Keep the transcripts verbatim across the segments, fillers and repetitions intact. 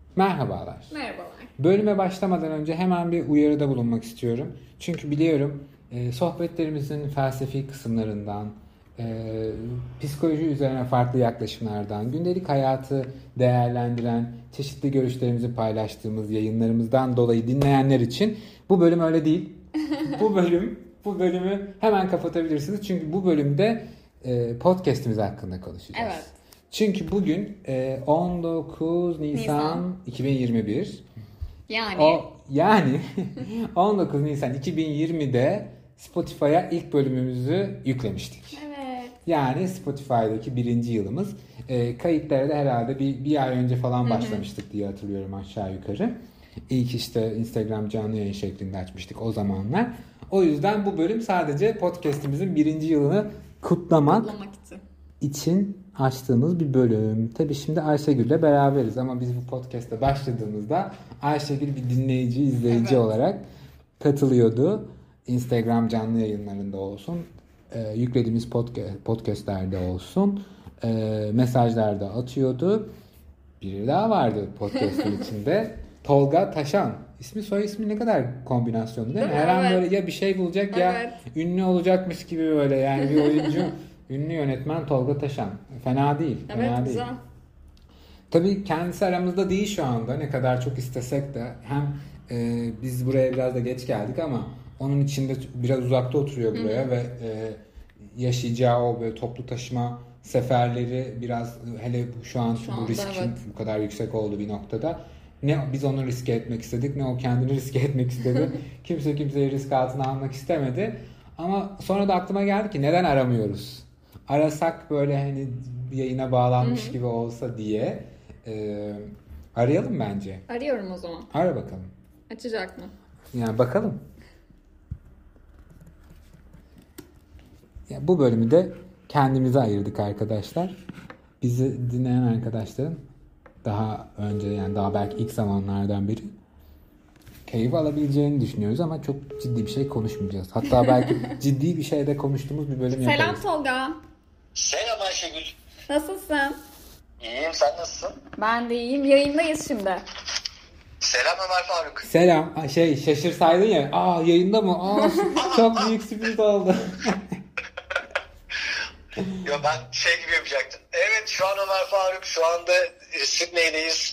Merhabalar. Merhabalar. Bölüme başlamadan önce hemen bir uyarıda bulunmak istiyorum. Çünkü biliyorum e, sohbetlerimizin felsefi kısımlarından, e, psikoloji üzerine farklı yaklaşımlardan, gündelik hayatı değerlendiren çeşitli görüşlerimizi paylaştığımız yayınlarımızdan dolayı dinleyenler için bu bölüm öyle değil. bu bölüm, bu bölümü hemen kapatabilirsiniz. Çünkü bu bölümde e, podcast'imiz hakkında konuşacağız. Evet. Çünkü bugün on dokuz Nisan, Nisan. iki bin yirmi bir. Yani. O, yani on dokuz Nisan iki bin yirmide Spotify'a ilk bölümümüzü yüklemiştik. Evet. Yani Spotify'daki birinci yılımız. E, kayıtlara da herhalde bir, bir ay önce falan başlamıştık Hı-hı. diye hatırlıyorum aşağı yukarı. İlk işte Instagram canlı yayın şeklinde açmıştık o zamanlar. O yüzden bu bölüm sadece podcast'imizin birinci yılını kutlamak, kutlamak için. için açtığımız bir bölüm. Tabii şimdi Ayşegül'le beraberiz ama biz bu podcast'a başladığımızda Ayşegül bir dinleyici, izleyici evet. olarak katılıyordu. Instagram canlı yayınlarında olsun, e, yüklediğimiz podcast, podcastlerde olsun, e, mesajlarda atıyordu. Biri daha vardı podcast'ın içinde. Tolga Taşan. İsmi soy ismi ne kadar kombinasyonlu değil mi? Her an böyle ya bir şey bulacak ya evet. ünlü olacakmış gibi böyle yani bir oyuncu. Ünlü yönetmen Tolga Taşan. Fena değil. Evet, fena güzel. Değil. Tabii kendisi aramızda değil şu anda. Ne kadar çok istesek de. Hem e, biz buraya biraz da geç geldik ama onun içinde biraz uzakta oturuyor buraya Hı-hı. ve e, yaşayacağı o böyle toplu taşıma seferleri biraz hele şu an şu bu risk evet. bu kadar yüksek oldu bir noktada. Ne biz onu riske etmek istedik ne o kendini riske etmek istedi. Kimse kimseyi risk altına almak istemedi. Ama sonra da aklıma geldi ki neden aramıyoruz? Arasak böyle hani yayına bağlanmış Hı-hı. gibi olsa diye e, arayalım bence. Arıyorum o zaman. Ara bakalım. Açacak mı? Yani bakalım. Ya bu bölümü de kendimize ayırdık arkadaşlar. Bizi dinleyen arkadaşların daha önce yani daha belki ilk zamanlardan beri keyif alabileceğini düşünüyoruz ama çok ciddi bir şey konuşmayacağız. Hatta belki ciddi bir şeyde konuştuğumuz bir bölüm yaparız. Selam Tolga. Selam Ayşegül. Nasılsın? İyiyim, sen nasılsın? Ben de iyiyim. Yayındayız şimdi. Selam Ömer Faruk. Selam. Şey şaşırsaydın ya. Aa yayında mı? Aa çok büyük sürpriz oldu. Yo ben şey gibi yapacaktım. Evet şu an Ömer Faruk şu anda Sydney'deyiz.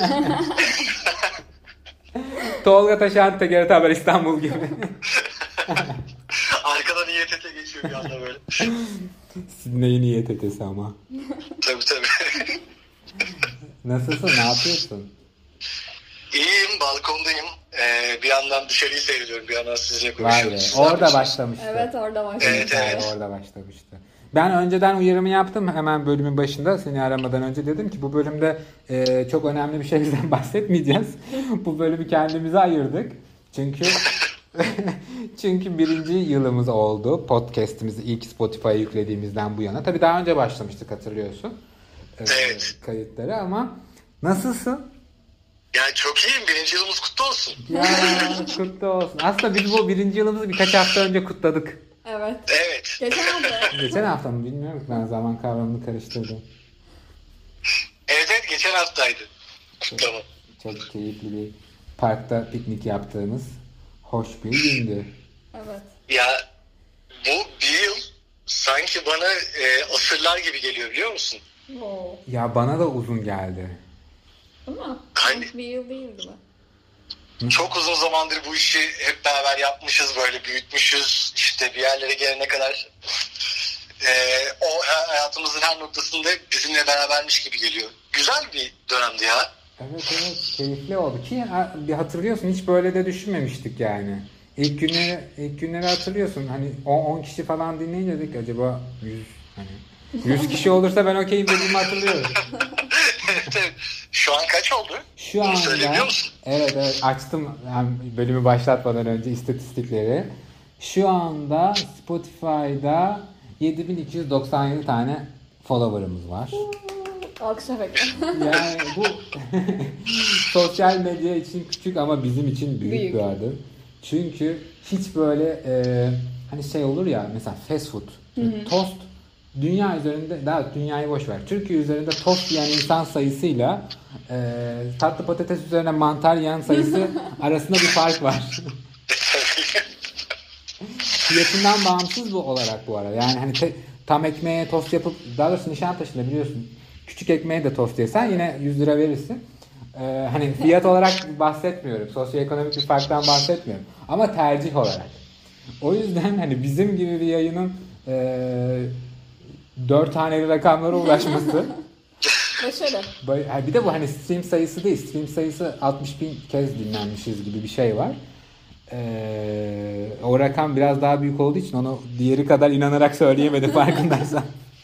Tolga Taşan T G R T Haber İstanbul gibi. Arkadan İ Y T T geçiyor bir anda böyle. Sydney'in İ Y T T'si ama. Tabii tabii. Nasılsın? Ne yapıyorsun? İyiyim, balkondayım. Ee, bir yandan dışarıyı seyrediyorum, bir yandan sizinle konuşuyoruz. Vay be, orada başlamıştı. Evet, orada başlamıştı. Evet, evet. Orada başlamıştı. Ben önceden uyarımı yaptım hemen bölümün başında seni aramadan önce dedim ki bu bölümde e, çok önemli bir şeyden bahsetmeyeceğiz. Bu bölümü kendimize ayırdık. Çünkü çünkü birinci yılımız oldu podcast'imizi ilk Spotify'a yüklediğimizden bu yana. Tabii daha önce başlamıştık hatırlıyorsun. E, evet. Kayıtları ama nasılsın? Yani çok iyiyim. Birinci yılımız kutlu olsun. Ya kutlu olsun. Aslında biz bu birinci yılımızı birkaç hafta önce kutladık. Evet. Evet. Geçen hafta. Geçen hafta mı bilmiyorum ki ben zaman kavramını karıştırdım. Evet evet geçen haftaydı. Kutlama. Çok, çok keyifli bir parkta piknik yaptığımız hoş bir gündü. Evet. Ya bu bir yıl sanki bana e, asırlar gibi geliyor biliyor musun? Oh. Ya bana da uzun geldi. Ama hani, bir yıl değildi mi? Çok uzun zamandır bu işi hep beraber yapmışız, böyle büyütmüşüz. İşte bir yerlere gelene kadar e, o hayatımızın her noktasında bizimle berabermiş gibi geliyor. Güzel bir dönemdi ya. Evet evet keyifli oldu ki bir hatırlıyorsun hiç böyle de düşünmemiştik yani. İlk günleri ilk günleri hatırlıyorsun hani on kişi falan dinleyince dedik acaba yüz hani yüz kişi olursa ben okeyim dediğimi hatırlıyorum. Evet, şu an kaç oldu? Şu Bunu anda söyleyebiliyor musun? Evet evet açtım yani bölümü başlatmadan önce istatistikleri. Şu anda Spotify'da yedi bin iki yüz doksan yedi tane follower'ımız var. Alkışa bekliyorum. Yani bu sosyal medya için küçük ama bizim için büyük, büyük. bir adım. Çünkü hiç böyle e, hani şey olur ya mesela fast food, Hı-hı. tost dünya üzerinde, daha dünyayı boş ver, Türkiye üzerinde tost yiyen insan sayısıyla e, tatlı patates üzerine mantar yiyen sayısı arasında bir fark var. Fiyatından bağımsız bu olarak bu arada. Yani hani te, tam ekmeğe tost yapıp, daha doğrusu Nişantaşı'nda biliyorsun küçük ekmeğe de tost yesen yine yüz lira verirsin. Ee, hani fiyat olarak bahsetmiyorum. Sosyoekonomik bir farktan bahsetmiyorum. Ama tercih olarak. O yüzden hani bizim gibi bir yayının e, dört haneli rakamlara ulaşması. Başarı. Bir de bu hani stream sayısı değil. Stream sayısı altmış bin kez dinlenmişiz gibi bir şey var. Ee, o rakam biraz daha büyük olduğu için onu diğeri kadar inanarak söyleyemedim farkındaysan.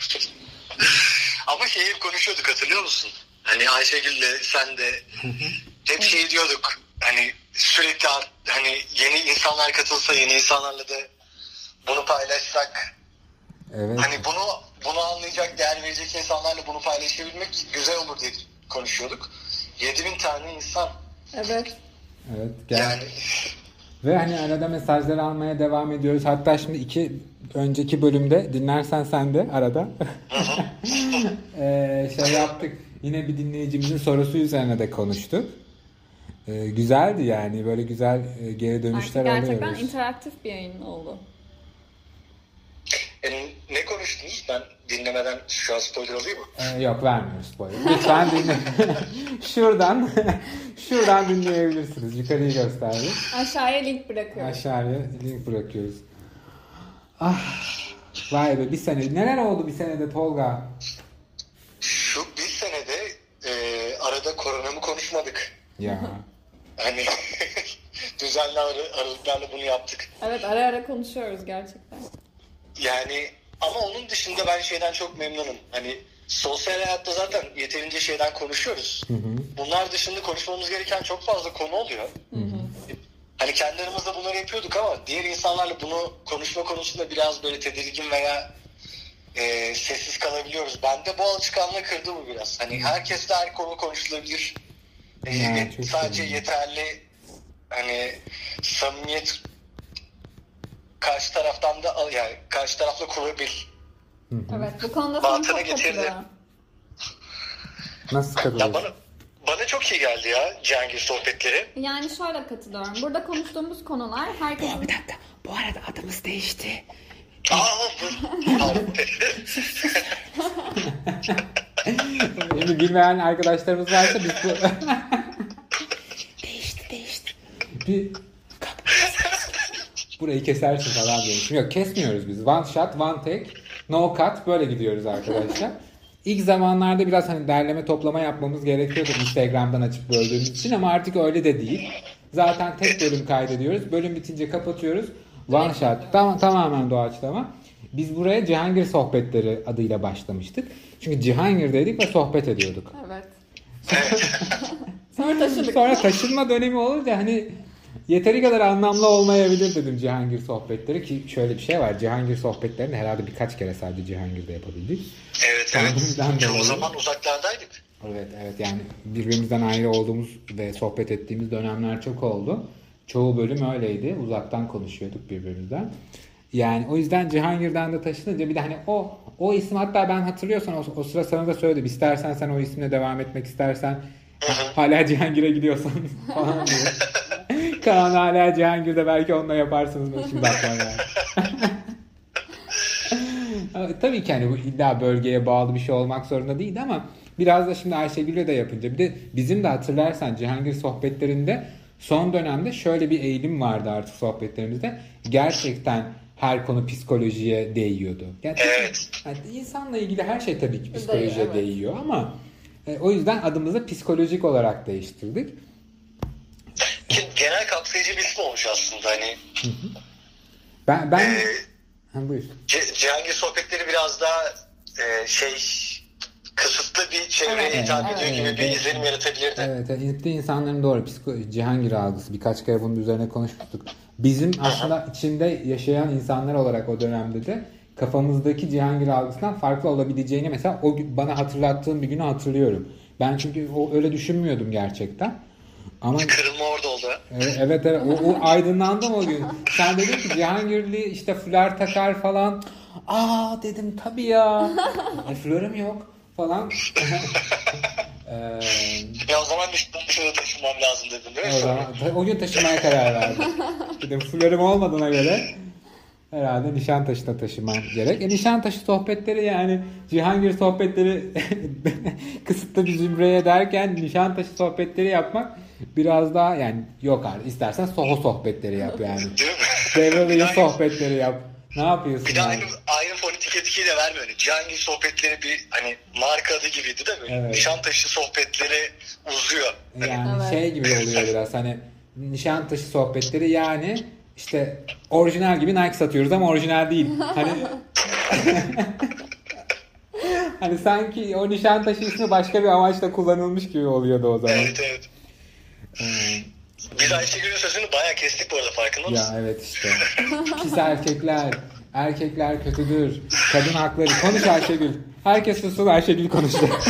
Ama şeyi konuşuyorduk, hatırlıyor musun? Hani Ayşegül'le sen de hep şey diyorduk. Hani sürekli hani yeni insanlar katılsa, yeni insanlarla da bunu paylaşsak. Evet. Hani bunu bunu anlayacak, değer verecek insanlarla bunu paylaşabilmek güzel olur diye konuşuyorduk. yedi bin tane insan. Evet. Evet. Gel. Yani ve hani arada mesajları almaya devam ediyoruz. Hatta şimdi iki önceki bölümde dinlersen sen de arada ee, şey yaptık. Yine bir dinleyicimizin sorusu üzerine de konuştuk. Ee, güzeldi yani. Böyle güzel e, geri dönüşler Artık alıyoruz. gerçekten interaktif bir yayın oldu. e, ne konuştunuz? Ben dinlemeden şu an spoiler alayım mı? Ee, yok, vermiyoruz spoiler. Lütfen dinle. şuradan şuradan dinleyebilirsiniz. Yukarıyı gösterdi. Aşağıya link bırakıyorum. Aşağıya link bırakıyoruz. Ah, vay be, bir sene. Neler oldu bir senede Tolga? Şu bir senede e, arada koronamı konuşmadık. Ya. Hani düzenli ar- aralıklarla bunu yaptık. Evet, ara ara konuşuyoruz gerçekten. Yani ama onun dışında ben şeyden çok memnunum. Hani sosyal hayatta zaten yeterince şeyden konuşuyoruz. Hı hı. Bunlar dışında konuşmamız gereken çok fazla konu oluyor. Hı hı. Hani kendi aramızda bunları yapıyorduk ama diğer insanlarla bunu konuşma konusunda biraz böyle tedirgin veya e, sessiz kalabiliyoruz. Bende bu alışkanlığı kırdı bu biraz. Hani herkesle her konu konuşulabilir. E, Ya, çok sadece iyi. yeterli hani samimiyet karşı taraftan da yani karşı tarafla kurabilir. Evet, bu konuda sana Mantığını çok getirdi. katılıyorum. Nasıl Ya katılıyorsun? bana bana çok iyi geldi ya Cihangir sohbetleri. Yani şöyle katılıyorum. Burada konuştuğumuz konular herkesin... Bir dakika. Bu arada adımız değişti. Aa, bu- Şimdi bilmeyen arkadaşlarımız varsa biz bu... değişti değişti. Bir... Burayı kesersin falan diyormuşum. Yok, kesmiyoruz biz. One shot, one take, no cut, böyle gidiyoruz arkadaşlar. İlk zamanlarda biraz hani derleme toplama yapmamız gerekiyordu Instagram'dan açıp böldüğümüz için ama artık öyle de değil. Zaten tek bölüm kaydediyoruz. Bölüm bitince kapatıyoruz. One shot. Tam, tamamen doğaçlama. Biz buraya Cihangir Sohbetleri adıyla başlamıştık. Çünkü Cihangir'deydik ve sohbet ediyorduk. Evet. Sonra taşıdık. Sonra taşınma dönemi olunca hani yeteri kadar anlamlı olmayabilir dedim Cihangir Sohbetleri, ki şöyle bir şey var. Cihangir Sohbetleri'ni herhalde birkaç kere sadece Cihangir'de yapabildik. evet evet. Ondan Çoğu dolayı. zaman uzaklardaydık. Evet evet, yani birbirimizden ayrı olduğumuz ve sohbet ettiğimiz dönemler çok oldu. Çoğu bölüm öyleydi. Uzaktan konuşuyorduk birbirimizden. Yani o yüzden Cihangir'den de taşınınca bir de hani o o isim, hatta ben hatırlıyorsan o, o sıra sana da söyledim. İstersen sen o isimle devam etmek istersen hala Cihangir'e gidiyorsan falan diye. Kaan hala Cihangir'de, belki onunla yaparsınız da şimdi aklıma geldi. Tabii ki hani bu illa bölgeye bağlı bir şey olmak zorunda değildi ama biraz da şimdi Ayşegül'le de yapınca, bir de bizim de hatırlarsan Cihangir sohbetlerinde son dönemde şöyle bir eğilim vardı artık sohbetlerimizde. Gerçekten her konu psikolojiye değiyordu. Gerçekten, Evet. yani insanla ilgili her şey tabii ki psikolojiye Evet. değiyor ama e, o yüzden adımızı psikolojik olarak değiştirdik. Ki genel kapsayıcı bir isim olmuş aslında hani. Ben ben Ee, ha, buyur. C- Cihangir sohbetleri biraz daha e, şey kısıtlı bir çevreye Evet, hitap evet, ediyor gibi evet, bir evet. izlenim yaratabilirdi. Evet, evet, insanların doğru psiko Cihangir algısı, birkaç kere bunun üzerine konuşmuştuk. Bizim aslında içinde yaşayan insanlar olarak o dönemde de kafamızdaki Cihangir algısından farklı olabileceğini mesela o gün bana hatırlattığın bir günü hatırlıyorum. Ben çünkü o öyle düşünmüyordum gerçekten. Ama Kırılma orada oldu. evet evet, evet. O, o aydınlandım o gün. Sen dedin ki Cihangirli işte fular takar falan. Aa dedim tabii ya. E, flörüm yok falan. ee, Ya o zaman dışarı taşınmam lazım dedim değil mi? o zaman o gün taşımaya karar verdim. Dedim flörüm olmadığına göre herhalde Nişantaşı'na taşımam gerek. E, Nişantaşı sohbetleri yani Cihangir sohbetleri kısıtlı bir zümreye derken Nişantaşı sohbetleri yapmak biraz daha yani yok abi. İstersen Soho sohbetleri yap yani. Değil mi? Beverly sohbetleri yap. Ne yapıyorsun? Bir de yani? aynı, aynı fonetik etkiyi de vermiyor. Yani Cihangir sohbetleri bir hani marka adı gibiydi de böyle. Evet. Nişantaşı sohbetleri uzuyor. Hani Yani Evet. şey gibi oluyor biraz hani Nişantaşı sohbetleri yani işte orijinal gibi Nike satıyoruz ama orijinal değil. Hani hani sanki o Nişantaşı ismi başka bir amaçla kullanılmış gibi oluyordu o zaman. evet evet. Hmm. Biz Ayşegül'ün sözünü bayağı kestik bu arada, farkında mısın? Ya evet işte. Pis erkekler. Erkekler kötüdür. Kadın hakları. Konuş Ayşegül. Herkes sussun, Ayşegül konuşacak.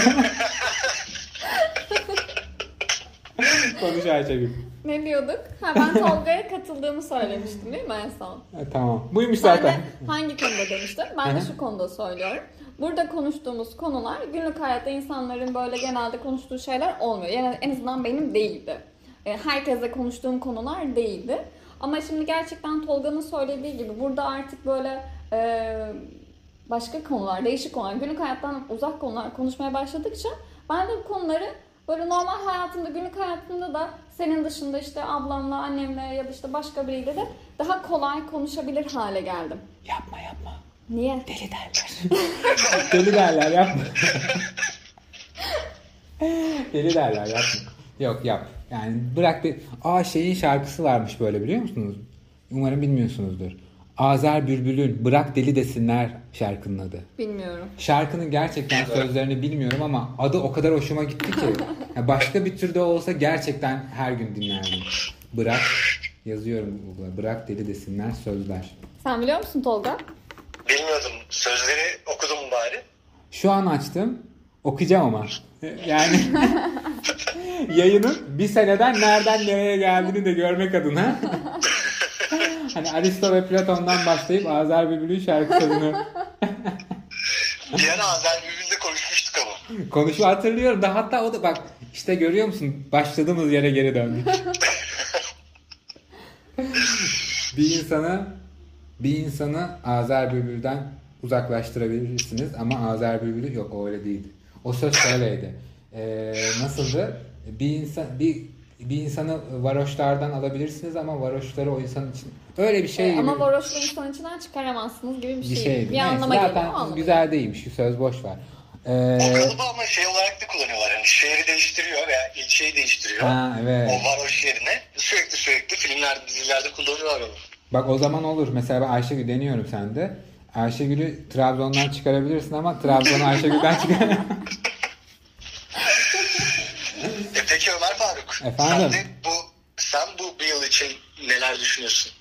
Konuş Ayşegül. Ne diyorduk? Ha, ben Tolga'ya katıldığımı söylemiştim değil mi en son? Ha, tamam. Buymuş Ben zaten. de hangi konuda demiştim? Ben de Hı hı. şu konuda söylüyorum. Burada konuştuğumuz konular günlük hayatta insanların böyle genelde konuştuğu şeyler olmuyor. Yani en azından benim değildi. E, Herkesle konuştuğum konular değildi. Ama şimdi gerçekten Tolga'nın söylediği gibi burada artık böyle e, başka konular, değişik konular, günlük hayattan uzak konular konuşmaya başladıkça ben de bu konuları böyle normal hayatımda, günlük hayatımda da senin dışında işte ablamla, annemle ya da işte başka biriyle de daha kolay konuşabilir hale geldim. Yapma yapma. Niye? Deli derler. Deli derler yapma. Deli derler yapma. Yok yap. Yani bırak bir... Aa şeyin şarkısı varmış böyle biliyor musunuz? Umarım bilmiyorsunuzdur. Azer Bülbül'ün Bırak Deli Desinler şarkının adı. Bilmiyorum. Şarkının gerçekten sözlerini bilmiyorum ama adı o kadar hoşuma gitti ki. Yani başka bir türde olsa gerçekten her gün dinlerdim. Bırak, yazıyorum Google'a. Bırak Deli Desinler sözler. Sen biliyor musun Tolga? Bilmiyordum. Sözleri okudum bari. Şu an açtım. Okuyacağım ama. Yani yayının bir seneden nereden nereye geldiğini de görmek adına. Hani Aristo ve Platon'dan başlayıp Azer Bülbül'ün şarkı sözünü Bir ara Azer Bülbül'de konuşmuştuk ama. konuşu hatırlıyorum da hatta o da bak işte görüyor musun başladığımız yere geri döndük. bir insanı bir insanı Azer Bülbül'den uzaklaştırabilirsiniz ama Azer Bülbül'ü yok o öyle değildi. O söz şöyleydi. Ee, nasıldı? Bir insan bir bir insanı varoşlardan alabilirsiniz ama varoşları o insan için öyle bir şey Ee, gibi. ama varoşlu insan içinden çıkaramazsınız gibi bir bir şey. şeydi. Bir Neyse, anlama geliyor zaten ama güzel değilmiş. Şu söz boş ver. Ee, O kalıbı ama şey olarak da kullanıyorlar. Yani şehri değiştiriyor veya ilçeyi değiştiriyor. ha evet. O varoş yerine sürekli sürekli filmlerde, dizilerde kullanıyorlar onu. Bak o zaman olur. Mesela ben Ayşegül deniyorum sende. Ayşegül'ü Trabzon'dan çıkarabilirsin ama Trabzon'u Ayşegül'den çıkar. E peki Ömer Faruk. Efendim? Sen de bu sen bu bir yıl için neler düşünüyorsun?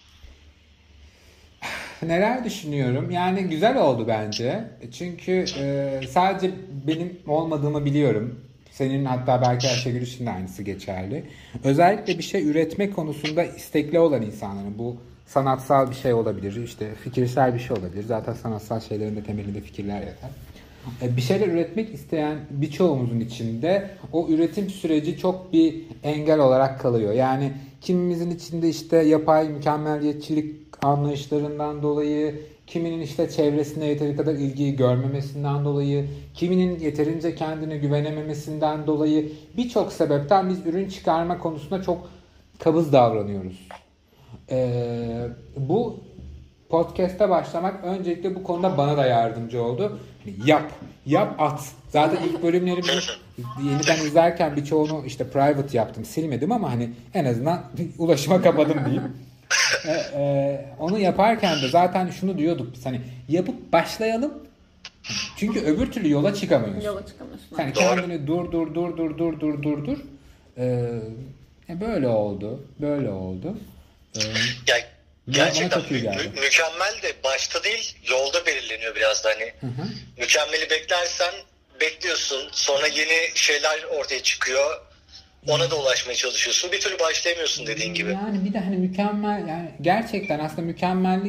Neler düşünüyorum? Yani güzel oldu bence. Çünkü e, sadece benim olmadığımı biliyorum. Senin hatta belki Ayşegül için de aynısı geçerli. Özellikle bir şey üretme konusunda istekli olan insanların bu sanatsal bir şey olabilir, işte fikirsel bir şey olabilir. Zaten sanatsal şeylerin de temelinde fikirler yatar. E, Bir şeyler üretmek isteyen birçoğumuzun içinde o üretim süreci çok bir engel olarak kalıyor. Yani kimimizin içinde işte yapay mükemmeliyetçilik anlayışlarından dolayı, kiminin işte çevresine yeteri kadar ilgiyi görmemesinden dolayı, kiminin yeterince kendine güvenememesinden dolayı birçok sebepten biz ürün çıkarma konusunda çok kabız davranıyoruz. Ee, bu podcast'e başlamak öncelikle bu konuda bana da yardımcı oldu. Yap, yap at. Zaten ilk bölümlerimi yeniden izlerken birçoğunu işte private yaptım, silmedim ama hani en azından ulaşıma kapadım diyeyim. Ee, e, onu yaparken de zaten şunu diyorduk biz hani yapıp başlayalım. Çünkü öbür türlü yola çıkamıyoruz. yola çıkamıyorsun. Yani kendini dur dur dur dur dur dur dur dur. Ee, böyle oldu, böyle oldu. Ee, Ya bana gerçekten çok iyi mü- geldi. mü- mükemmel de başta değil yolda belirleniyor biraz da hani. Hı hı. Mükemmeli beklersen bekliyorsun, sonra yeni şeyler ortaya çıkıyor. Ona da ulaşmaya çalışıyorsun. Bir türlü başlayamıyorsun dediğin gibi. Yani bir de hani mükemmel yani gerçekten aslında mükemmellik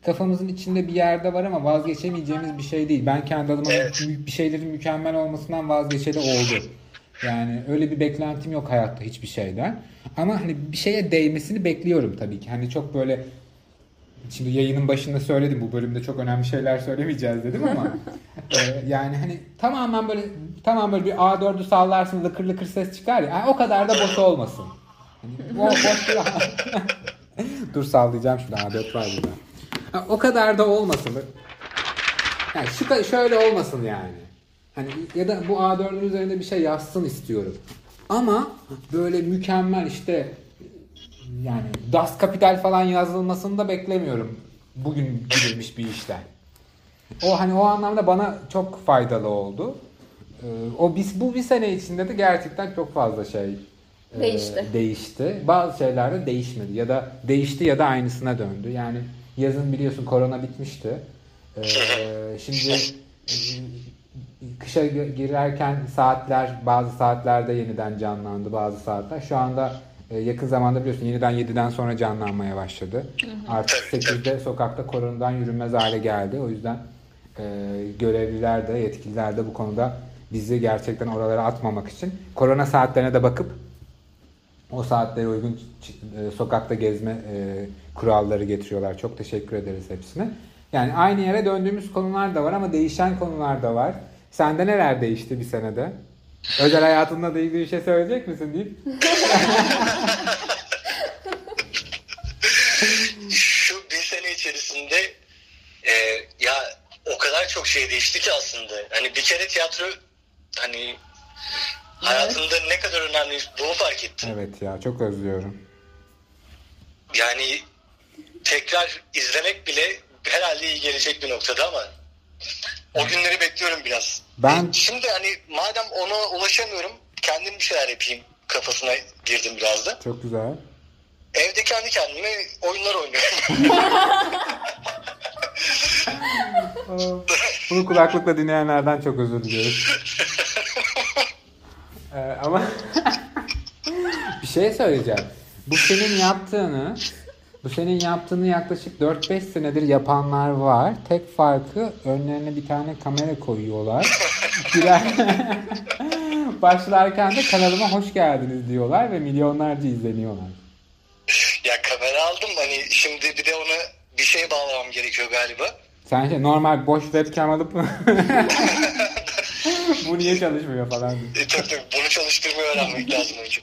kafamızın içinde bir yerde var ama vazgeçemeyeceğimiz bir şey değil. Ben kendi adıma Evet. bir şeylerin mükemmel olmasından vazgeçeli oldu. Yani öyle bir beklentim yok hayatta hiçbir şeyden. Ama hani bir şeye değmesini bekliyorum tabii ki. Hani çok böyle, şimdi yayının başında söyledim, bu bölümde çok önemli şeyler söylemeyeceğiz dedim ama e, yani hani tamamen böyle tamam böyle bir A dördü sallarsın, lıkır lıkır ses çıkar ya. Yani o kadar da boş olmasın. Hani, o boş bir dur sallayacağım şurada, A dört var burada. Ha, o kadar da olmasın. Yani şu şöyle olmasın yani. Hani ya da bu A dördün üzerinde bir şey yazsın istiyorum. Ama böyle mükemmel işte, yani Das Kapital falan yazılmasını da beklemiyorum bugün girilmiş bir işten. O hani o anlamda bana çok faydalı oldu. Ee, o biz bu bir sene içinde de gerçekten çok fazla şey e, Değişti. değişti. Bazı şeyler de değişmedi ya da değişti ya da aynısına döndü. Yani yazın biliyorsun korona bitmişti. Ee, şimdi e, kışa girerken saatler, bazı saatlerde yeniden canlandı, bazı saatler. Şu anda yakın zamanda biliyorsun yeniden yediden sonra canlanmaya başladı. Hı hı. Artık sekizde sokakta koronadan yürünmez hale geldi. O yüzden e, görevliler de yetkililer de bu konuda bizi gerçekten oralara atmamak için korona saatlerine de bakıp o saatlere uygun e, sokakta gezme e, kuralları getiriyorlar. Çok teşekkür ederiz hepsine. Yani aynı yere döndüğümüz konular da var ama değişen konular da var. Sende neler değişti bir senede? Özel hayatında da ilgili bir şey söyleyecek misin deyip? Şu bir sene içerisinde e, ya o kadar çok şey değişti ki aslında. Hani bir kere tiyatro hani evet. hayatımda ne kadar önemli bunu fark ettim. Evet ya, çok özlüyorum. Yani tekrar izlemek bile herhalde iyi gelecek bir noktada ama o günleri bekliyorum biraz. Ben şimdi hani madem ona ulaşamıyorum, kendim bir şeyler yapayım kafasına girdim biraz da. Çok güzel. Evde kendi kendime oyunlar oynuyorum. Bunu kulaklıkla dinleyenlerden çok özür diliyoruz. ee, ama bir şey söyleyeceğim. Bu senin yaptığını Bu senin yaptığını yaklaşık dört beş senedir yapanlar var. Tek farkı önlerine bir tane kamera koyuyorlar. Birer başlarken de kanalıma hoş geldiniz diyorlar ve milyonlarca izleniyorlar. Ya kamera aldım, hani şimdi bir de ona bir şey bağlamam gerekiyor galiba. Sen şey normal boş webcam alıp bu niye çalışmıyor falan. E, tabii tabii bunu çalıştırmayı öğrenmek lazım önce.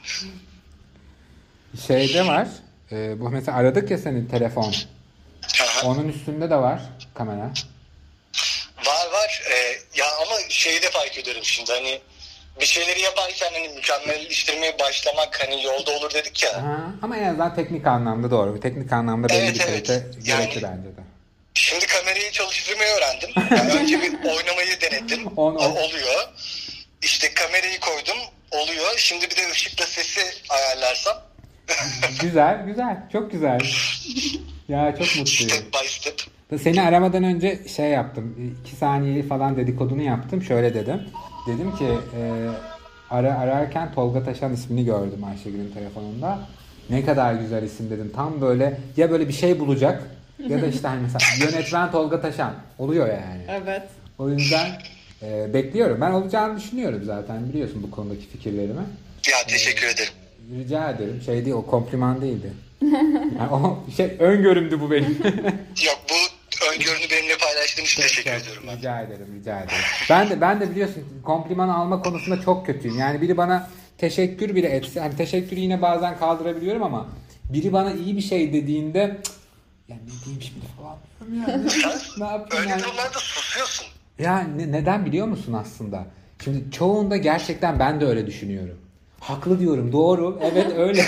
Şeyde var. E, bu mesela aradık ya senin telefon. Aha. Onun üstünde de var kamera. Var var. E, ya ama şeyi de fark ediyorum şimdi, hani bir şeyleri yaparken hani mükemmelleştirmeye başlamak hani yolda olur dedik ya. Aha, ama en azından teknik anlamda doğru. Teknik anlamda belli evet, bir evet. kalite Yani, gerekir bence de. Şimdi kamerayı çalıştırmayı öğrendim. Yani önce bir oynamayı denedim. On, on. Oluyor. İşte kamerayı koydum. Oluyor. Şimdi bir de ışıkla sesi ayarlarsam. Güzel, güzel. Çok güzel. Ya çok mutluyum. Step by step. Seni aramadan önce şey yaptım. iki saniyeli falan dedikodunu yaptım. Şöyle dedim. Dedim ki e, ara ararken Tolga Taşan ismini gördüm Ayşegül'ün telefonunda. Ne kadar güzel isim dedim. Tam böyle ya böyle bir şey bulacak ya da işte hani mesela yönetmen Tolga Taşan oluyor yani. Evet. O yüzden e, bekliyorum. Ben olacağını düşünüyorum zaten. Biliyorsun bu konudaki fikirlerimi. Ya teşekkür e, ederim. Rica ederim. Şey değil, o kompliman değildi. Yani o şey öngörümdü bu benim. Yok, bu öngörünü benimle paylaştığın için teşekkür ediyorum ben. Rica ederim, rica ederim. Ben de ben de biliyorsun kompliman alma konusunda çok kötüyüm. Yani biri bana teşekkür bile etse, hani teşekkürü yine bazen kaldırabiliyorum ama biri bana iyi bir şey dediğinde cık, ya ne diyeyim şimdi falan diyorum yani. Ne yapayım Öyle yani? durumlarda susuyorsun. Ya ne, neden biliyor musun aslında? Şimdi çoğunda gerçekten ben de öyle düşünüyorum. Haklı diyorum, doğru, evet öyle.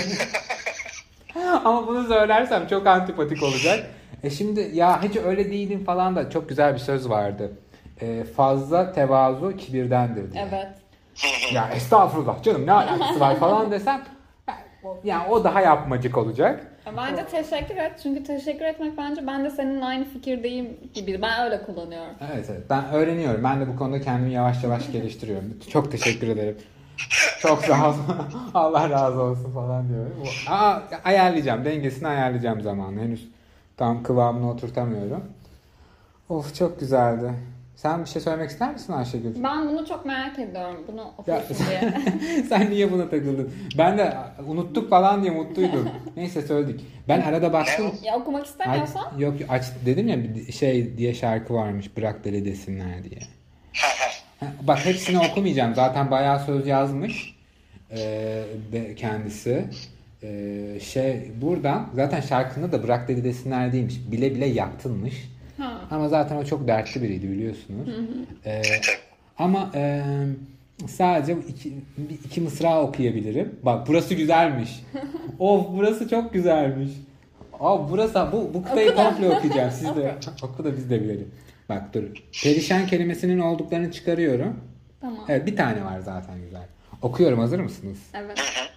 Ama bunu söylersem çok antipatik olacak. E şimdi ya hiç öyle değilim falan da çok güzel bir söz vardı. E, fazla tevazu kibirdendir diye. Evet. Ya estağfurullah canım ne alakası var falan desem yani o daha yapmacık olacak. Bence teşekkür et. Çünkü teşekkür etmek bence ben de senin aynı fikirdeyim gibi. Ben öyle kullanıyorum. Evet evet, ben öğreniyorum. Ben de bu konuda kendimi yavaş yavaş geliştiriyorum. Çok teşekkür ederim. Çok sağ ol. Allah razı olsun falan diyorum. Aa, ayarlayacağım. Dengesini ayarlayacağım zamanla. Henüz Tam kıvamını oturtamıyorum. Of çok güzeldi. Sen bir şey söylemek ister misin Ayşegül? Ben bunu çok merak ediyorum. Bunu Ya, okuyorsun diye. sen niye buna takıldın? Ben de unuttuk falan diye mutluydum. Neyse söyledik. Ben arada baktım. Ya okumak Aç, istemiyorsan. yok aç dedim ya bir şey diye şarkı varmış. Bırak deli desinler diye. Ha, bak hepsini okumayacağım. Zaten bayağı söz yazmış ee, de kendisi. Ee, şey buradan zaten şarkında da bırak deli desinler değilmiş. Bile bile yaktınmış. Ha. Ama zaten o çok dertli biriydi biliyorsunuz. Ee, ama e, sadece iki, iki mısra okuyabilirim. Bak burası güzelmiş. Of burası çok güzelmiş. Aa burası bu bu kıtayı Oku da. komple okuyacağım. Siz de oku da biz de bilelim. Bak dur. Perişan kelimesinin olduklarını çıkarıyorum. Tamam. Evet bir tane var zaten güzel. Okuyorum, hazır mısınız? Evet.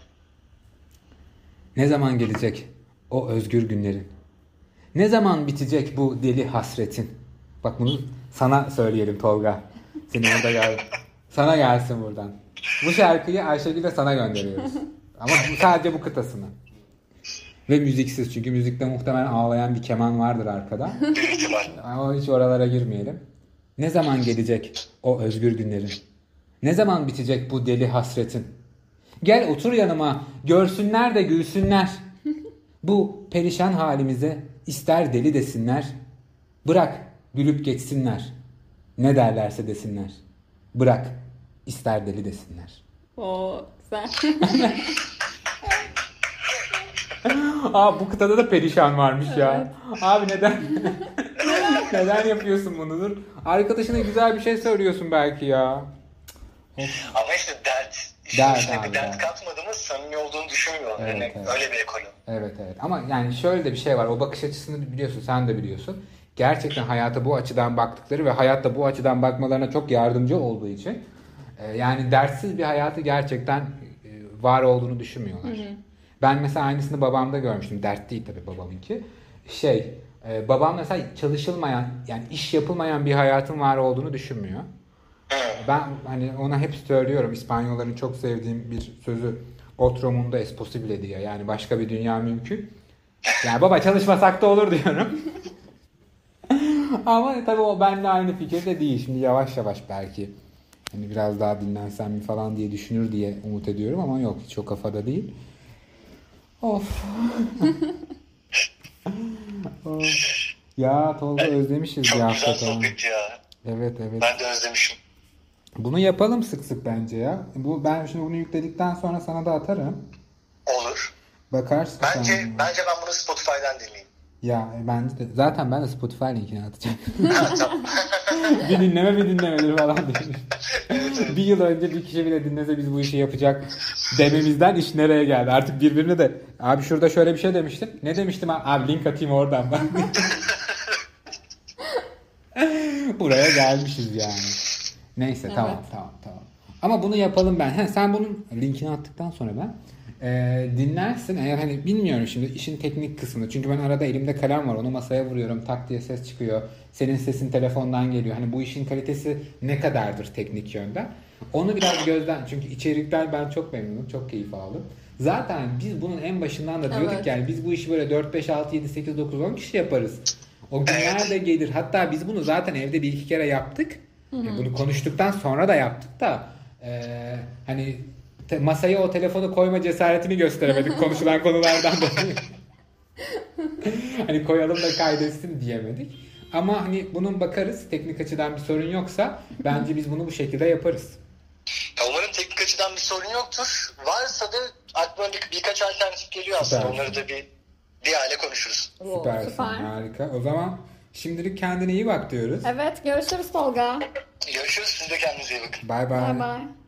Ne zaman gelecek o özgür günlerin? Ne zaman bitecek bu deli hasretin? Bak bunu sana söyleyelim Tolga. Seni orada gel. Sana gelsin buradan. Bu şarkıyı Ayşegül'e sana gönderiyoruz. Ama bu, sadece bu kıtasını. Ve müziksiz, çünkü müzikte muhtemelen ağlayan bir keman vardır arkada. Büyük ihtimal. Ama hiç oralara girmeyelim. Ne zaman gelecek o özgür günlerin? Ne zaman bitecek bu deli hasretin? Gel otur yanıma, görsünler de gülsünler. Bu perişan halimize ister deli desinler. Bırak gülüp geçsinler. Ne derlerse desinler. Bırak ister deli desinler. Oo güzel. Aa bu kıtada da perişan varmış ya. Abi neden? Neden yapıyorsun bunu? Dur. Arkadaşına güzel bir şey söylüyorsun belki ya. Ama işte dert, işin Dert içine abi, bir dert dert. katmadığımız samimi olduğunu düşünmüyorum. Evet, yani evet. öyle bir ekolü. Evet evet ama yani şöyle de bir şey var, o bakış açısını biliyorsun, sen de biliyorsun. Gerçekten hayata bu açıdan baktıkları ve hayatta bu açıdan bakmalarına çok yardımcı olduğu için e, yani dertsiz bir hayatı gerçekten e, var olduğunu düşünmüyorlar. Hı hı. Ben mesela aynısını babamda görmüştüm, dert değil tabii babamınki. Şey e, babam mesela çalışılmayan, yani iş yapılmayan bir hayatın var olduğunu düşünmüyor. Ben hani ona hep söylüyorum, İspanyolların çok sevdiğim bir sözü, otro mundo es posible diye, yani başka bir dünya mümkün. Yani baba çalışmasak da olur diyorum. Ama tabii o benimle aynı fikirde değil. Şimdi yavaş yavaş belki hani biraz daha dinlensem mi falan diye düşünür diye umut ediyorum ama yok, hiç o kafada değil. Of. Of. Ya Tolga özlemişiz Çok bir güzel hafta falan. sohbet ya. Evet evet. Ben de özlemişim. Bunu yapalım sık sık bence ya. Bu ben şimdi bunu yükledikten sonra sana da atarım. Olur. Bakarsın Bence sen. bence ben bunu Spotify'dan dinleyeyim. Ya bence de zaten ben de Spotify linkini atacağım. Ha, tamam. bir dinleme bir dinlemedir falan demiş. Bir yıl önce bir kişi bile dinlese biz bu işi yapacak dememizden iş nereye geldi? Artık birbirine de abi şurada şöyle bir şey demiştim. Ne demiştim abi? Abi link atayım oradan ben. Buraya gelmişiz yani. Neyse Evet. tamam tamam tamam. Ama bunu yapalım ben. He, sen bunun linkini attıktan sonra ben e, dinlersin. Eğer hani bilmiyorum şimdi işin teknik kısmını. Çünkü ben arada elimde kalem var. Onu masaya vuruyorum. Tak diye ses çıkıyor. Senin sesin telefondan geliyor. Hani bu işin kalitesi ne kadardır teknik yönden? Onu biraz gözden. Çünkü içerikten ben çok memnunum. Çok keyif aldım. Zaten biz bunun en başından da diyorduk Evet. yani biz bu işi böyle dört beş altı yedi sekiz dokuz on kişi yaparız. O günler de gelir. Hatta biz bunu zaten evde bir iki kere yaptık. E, bunu konuştuktan sonra da yaptık da e, hani te, masaya o telefonu koyma cesaretini gösteremedik konuşulan konulardan dolayı. Hani koyalım da kaydetsin diyemedik. Ama hani bunun bakarız, teknik açıdan bir sorun yoksa bence biz bunu bu şekilde yaparız. Ya umarım teknik açıdan bir sorun yoktur. Varsa da aklıma bir, birkaç alternatif geliyor aslında. Süper. Onları da bir bir hale konuşuruz. Oo, Süpersin, süper. harika. O zaman şimdilik kendine iyi bak diyoruz. Evet görüşürüz Tolga. Görüşürüz. Siz de kendinize iyi bakın. Bye Bye bye. bye.